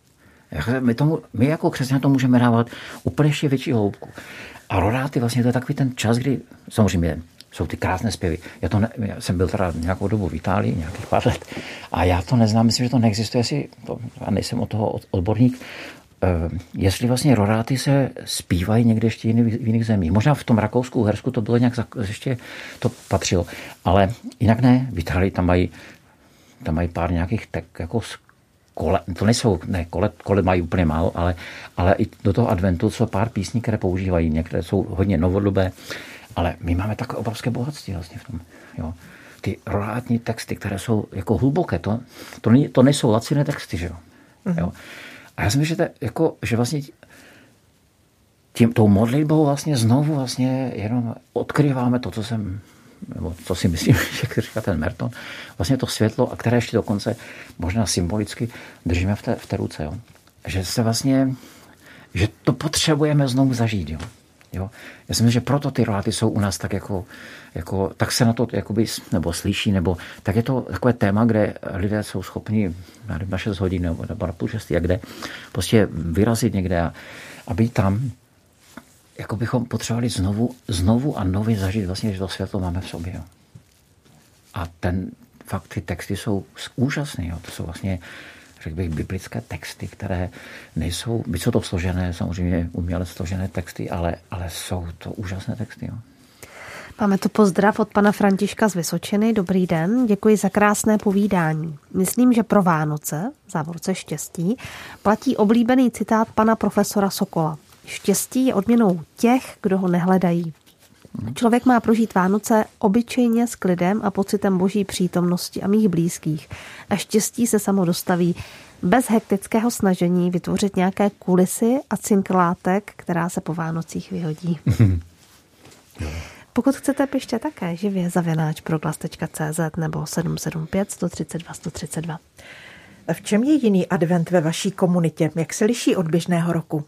My jako křesťané to můžeme dávat úplně ještě větší hloubku. A roráty vlastně to je takový ten čas, kdy samozřejmě jsou ty krásné zpěvy. Já jsem byl teda nějakou dobu v Itálii, nějakých pár let, a já to neznám, myslím, že to neexistuje, já nejsem od toho odborník, jestli vlastně roráty se zpívají někde ještě v jiných zemích. Možná v tom Rakousku, Uhersku to bylo nějak, ještě to patřilo, ale jinak ne, v Itálii tam mají pár nějakých tak jako kole, to nejsou, ne, kole mají úplně málo, ale i do toho adventu jsou pár písní, které používají, některé jsou hodně novodobé, ale my máme takové obrovské bohatství vlastně v tom. Jo. Ty rorátní texty, které jsou jako hluboké, to nejsou laciné texty, že jo. Jo. A já si myslím, že vlastně tou modlitbou vlastně znovu vlastně jenom odkryváme to, co jsem nebo co si myslím, jak říká ten Merton, vlastně to světlo, a které ještě dokonce možná symbolicky držíme v té ruce. Jo? Že se vlastně, že to potřebujeme znovu zažít. Jo? Jo? Já si myslím, že proto ty roláty jsou u nás tak jako tak se na to jakoby, nebo slyší, nebo tak je to takové téma, kde lidé jsou schopni na 6 hodin nebo na půl 6, a kde prostě vyrazit někde a být tam, jako bychom potřebovali znovu a nově zažít vlastně, že to světlo máme v sobě. Jo. A fakt ty texty jsou úžasné. Jo. To jsou vlastně, řekl bych, biblické texty, které nejsou, byť jsou to složené, samozřejmě uměle složené texty, ale jsou to úžasné texty. Jo. Máme tu pozdrav od pana Františka z Vysočiny. Dobrý den, děkuji za krásné povídání. Myslím, že pro Vánoce, závorce štěstí, platí oblíbený citát pana profesora Sokola. Štěstí je odměnou těch, kdo ho nehledají. Člověk má prožít Vánoce obyčejně s klidem a pocitem boží přítomnosti a mých blízkých. A štěstí se samo dostaví bez hektického snažení vytvořit nějaké kulisy a cinklátek, která se po Vánocích vyhodí. Pokud chcete, pište také živě @proglas.cz nebo 775 132 132. V čem je jiný advent ve vaší komunitě? Jak se liší od běžného roku?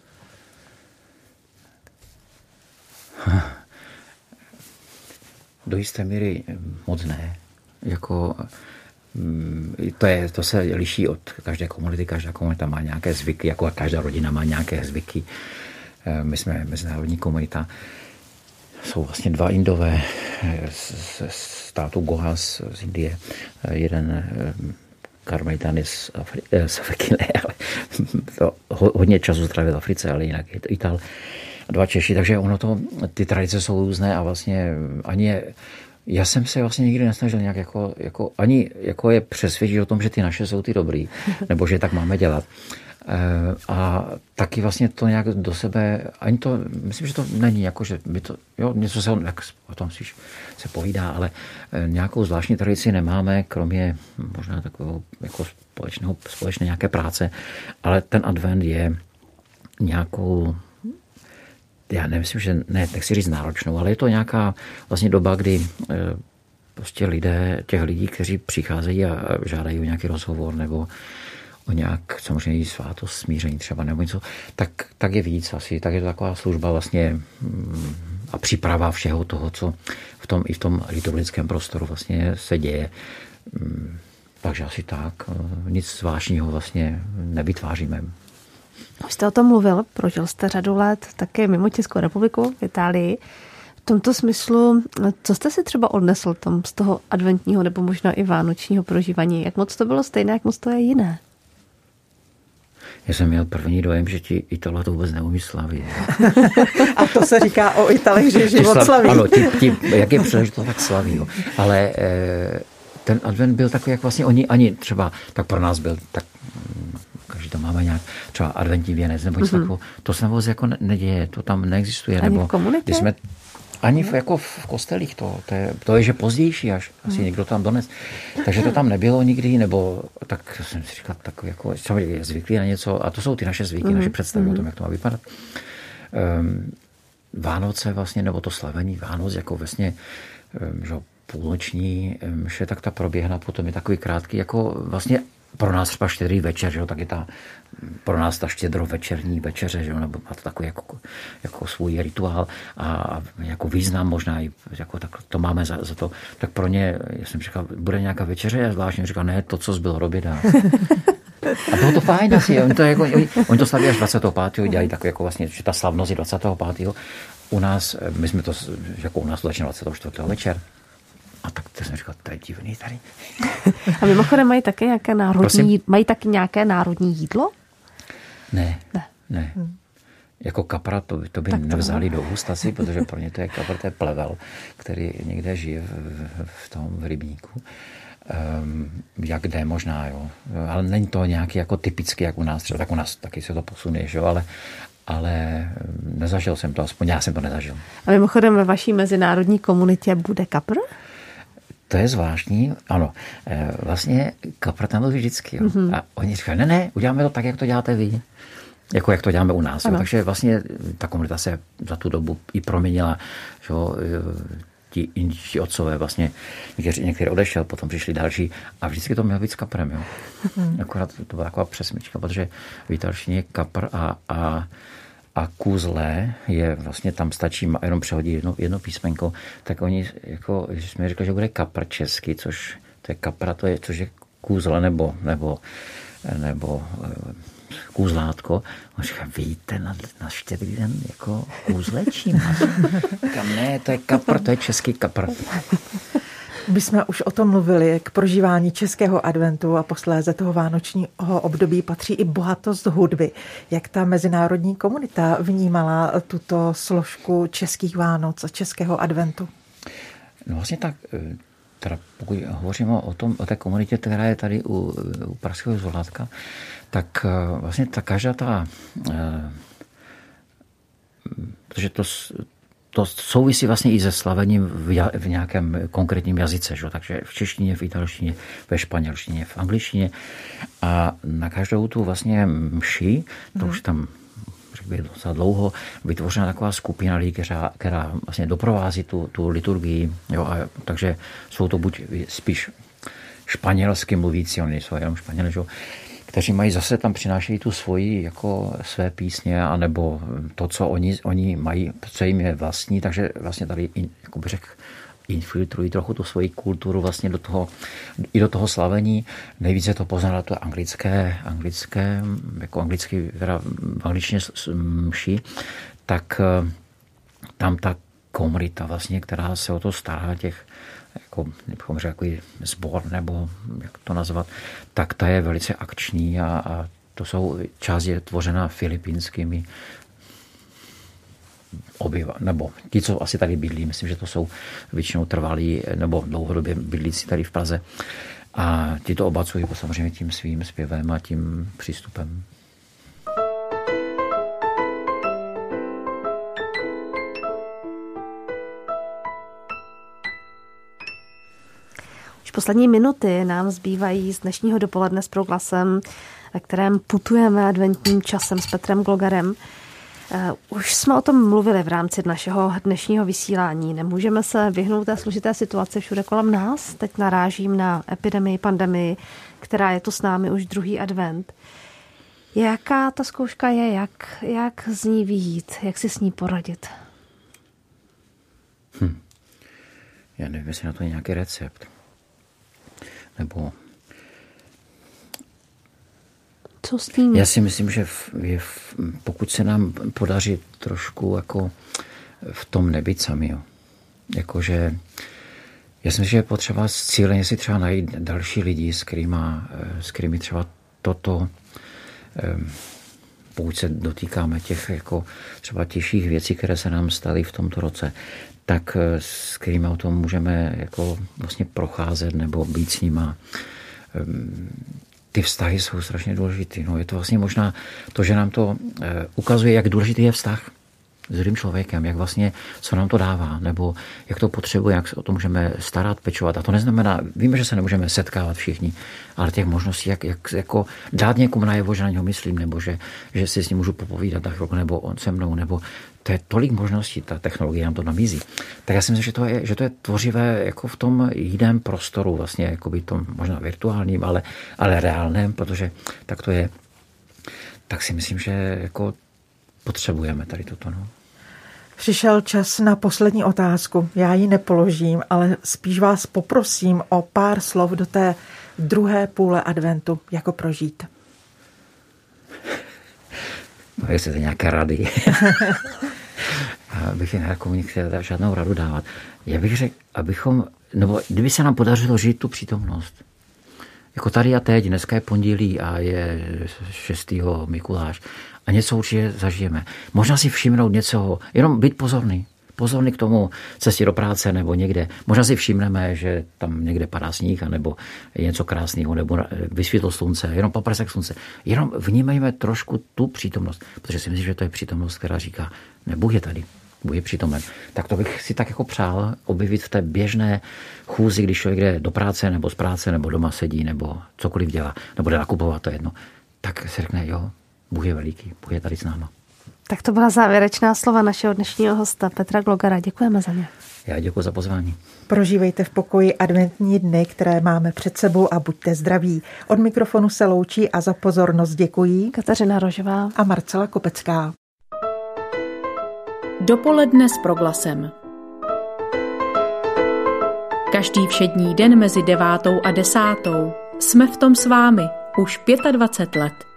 Do jisté míry moc ne. Jako, to se liší od každé komunity. Každá komunita má nějaké zvyky, jako každá rodina má nějaké zvyky. My jsme mezinárodní komunita. Jsou vlastně 2 Indové z státu Goa z Indie. Jeden karmelitán je z Afriky, ne, ale to hodně času strávil v Africe, ale jinak je to Ital. 2 Češi, takže ty tradice jsou různé a vlastně já jsem se vlastně nikdy nesnažil nějak ani je přesvědčit o tom, že ty naše jsou ty dobrý, nebo že tak máme dělat. A taky vlastně to nějak do sebe, ani to, myslím, že to není jako, že by to, jo, něco se o tom se povídá, ale nějakou zvláštní tradici nemáme, kromě možná takového jako společné nějaké práce, ale ten advent je nějakou, já nemyslím, že ne, nechci říct náročnou, ale je to nějaká vlastně doba, kdy prostě těch lidí, kteří přicházejí a žádají o nějaký rozhovor nebo o nějak samozřejmě svátost, smíření třeba nebo něco, tak je víc asi. Tak je to taková služba vlastně a příprava všeho toho, co v tom liturgickém prostoru vlastně se děje. Takže asi tak. Nic zvláštního vlastně nevytváříme. Už jste o tom mluvil, prožil jste řadu let taky mimo Českou republiku v Itálii. V tomto smyslu, co jste si třeba odnesl tam z toho adventního nebo možná i vánočního prožívání? Jak moc to bylo stejné, jak moc to je jiné? Já jsem měl první dojem, že ti Italové to vůbec neumí slavit. A to se říká o Italech, že život slaví. Ano, jak je příležitost, tak slaví. Jo. Ale ten advent byl takový, jak vlastně oni ani třeba, tak pro nás byl tak, každý to máme nějak, třeba adventní věnec nebo něco takového. To se vůbec jako neděje, to tam neexistuje. Ani v komunitě? Ani jako v kostelích, to je, že pozdější až, asi někdo tam dones. Takže to tam nebylo nikdy, nebo tak jsem si říkal, tak jako, je zvyklý na něco, a to jsou ty naše zvyky, naše představy o tom, jak to má vypadat. Vánoce vlastně, nebo to slavení Vánoc, jako vlastně, že půlnoční mše, tak ta proběhne, potom je takový krátký, jako vlastně pro nás třeba štědrý večer, že jo, tak je pro nás ta štědrovečerní večeře, že jo, nebo má to takový jako svůj rituál a jako význam možná i jako tak to máme za to. Tak pro ně, já jsem říkal, bude nějaká večeře, a zvláštně říkal, ne, to, co zbylo robit. A bylo to fajn asi, oni to slaví až 25. dělají tak jako vlastně, že ta slavnost je 25. U nás, my jsme to, jako u nás to začíná 24. večer. A tak to jsem říkal, to je divný tady. A mimochodem mají taky nějaké národní jídlo? Ne. Jako kapra to by nevzali do úst asi, protože pro ně to je kapra, to je plevel, který někde žije v tom rybníku. Jak jde možná, jo. Ale není to nějaký jako typický, jak u nás. Třeba tak u nás taky se to posune, jo, ale nezažil jsem to, aspoň já jsem to nezažil. A mimochodem ve vaší mezinárodní komunitě bude kapr? To je zvláštní, ano. Vlastně kapra tam byl vždycky. Jo. A oni říkali, ne, uděláme to tak, jak to děláte vy. Jako jak to děláme u nás. Jo. Takže vlastně ta komunita se za tu dobu i proměnila. Jo. ti indičtí otcové vlastně, některý odešel, potom přišli další a vždycky to mělo být s kaprem. Jo. Akorát to byla taková přesmička, protože v italštině je kapr a kůzle je vlastně, tam stačí jenom přehodit jedno písmenko, tak oni, jako, když jsme řekli, že bude kapr česky, což to je kapra, což je kůzle nebo kůzlátko. On říká, víte, na Štědrý den jako kůzlečím. Říkám, ne, to je kapr, to je český kapr. My jsme už o tom mluvili, k prožívání českého adventu a posléze toho vánočního období patří i bohatost hudby. Jak ta mezinárodní komunita vnímala tuto složku českých Vánoc a českého adventu? No vlastně tak, teda pokud hovoříme o té komunitě, která je tady u Pražského Zlatka, tak vlastně každá ta, protože to souvisí vlastně i se slavením v nějakém konkrétním jazyce, že? Takže v češtině, v italštině, ve španělštině, v angličtině a na každou tu vlastně mši, to už tam řekl bych docela dlouho, vytvořena taková skupina lidí, která vlastně doprovází tu liturgii, jo? A takže jsou to buď spíš španělsky mluvící, oni jsou jenom Španělé, že? Kteří mají zase tam přinášejí tu svoji, jako své písně, anebo to, co oni mají, co jim je vlastní, takže vlastně tady, jako bych řekl, infiltrují trochu tu svoji kulturu vlastně do toho slavení. Nejvíce to poznala to anglické, jako teda v angličtině mši, tak tam ta komunita vlastně, která se o to stará, těch jako, bychom řekli, jako sbor, nebo jak to nazvat, tak ta je velice akční a to jsou, část je tvořena filipínskými nebo ti, co asi tady bydlí, myslím, že to jsou většinou trvalí nebo dlouhodobě bydlící tady v Praze a ti to obacují samozřejmě tím svým zpěvem a tím přístupem. Poslední minuty nám zbývají z dnešního dopoledne s Proglasem, ve kterém putujeme adventním časem s Petrem Glogarem. Už jsme o tom mluvili v rámci našeho dnešního vysílání. Nemůžeme se vyhnout té složité situaci všude kolem nás. Teď narážím na epidemii, pandemii, která je tu s námi už druhý advent. Jaká ta zkouška je? Jak z ní vyjít? Jak si s ní poradit? Já nevím, jestli na to je nějaký recept. Nebo co s tím? Já si myslím, že pokud se nám podaří trošku jako v tom nebýt sami, jo. Jakože já si myslím, že je potřeba cíleně si třeba najít další lidi, s kterými třeba toto, pokud se dotýkáme těch jako třeba těžších věcí, které se nám staly v tomto roce, tak s kterými o tom můžeme jako vlastně procházet nebo být s nima. Ty vztahy jsou strašně důležité. No, je to vlastně možná to, že nám to ukazuje, jak důležitý je vztah s druhým člověkem, jak vlastně, co nám to dává, nebo jak to potřebuje, jak se o to můžeme starat, pečovat. A to neznamená, víme, že se nemůžeme setkávat všichni, ale těch možností, jak jako dát někomu najevo, že na něho myslím, nebo že si s ním můžu popovídat na chvilku, nebo on se mnou, nebo to je tolik možností, ta technologie nám to nabízí. Tak já si myslím, že to je tvořivé jako v tom jiném prostoru, vlastně jako by tom možná virtuálním, ale reálném, protože tak to je. Tak si myslím, že jako potřebujeme tady toto. No. Přišel čas na poslední otázku. Já ji nepoložím, ale spíš vás poprosím o pár slov do té druhé půle adventu, jako prožít. No, jestli to nějaké rady. Já bych nechtěl žádnou radu dávat. Já bych řekl, nebo kdyby se nám podařilo žít tu přítomnost. Jako tady a teď, dneska je pondělí a je 6. Mikuláš a něco určitě zažijeme. Možná si všimnout něco, jenom být pozorný. Pozorný k tomu cestě do práce nebo někde. Možná si všimneme, že tam někde padá sníh, nebo je něco krásného, nebo vysvětlo slunce, jenom paprsek slunce. Jenom vnímejme trošku tu přítomnost, protože si myslím, že to je přítomnost, která říká, ne, Bůh je tady, Bůh je přítomen. Tak to bych si tak jako přál objevit v té běžné chůzi, když člověk jde do práce, nebo z práce, nebo doma sedí, nebo cokoliv dělá, nebo jde nakupovat, to je jedno. Tak se řekne, jo, Bůh je veliký, Bůh je tady s náma. Tak to byla závěrečná slova našeho dnešního hosta Petra Glogara. Děkujeme za ně. Já děkuji za pozvání. Prožívejte v pokoji adventní dny, které máme před sebou a buďte zdraví. Od mikrofonu se loučí a za pozornost děkují Kateřina Rožová a Marcela Kopecká. Dopoledne s Proglasem. Každý všední den mezi 9. a 10. jsme v tom s vámi už 25 let.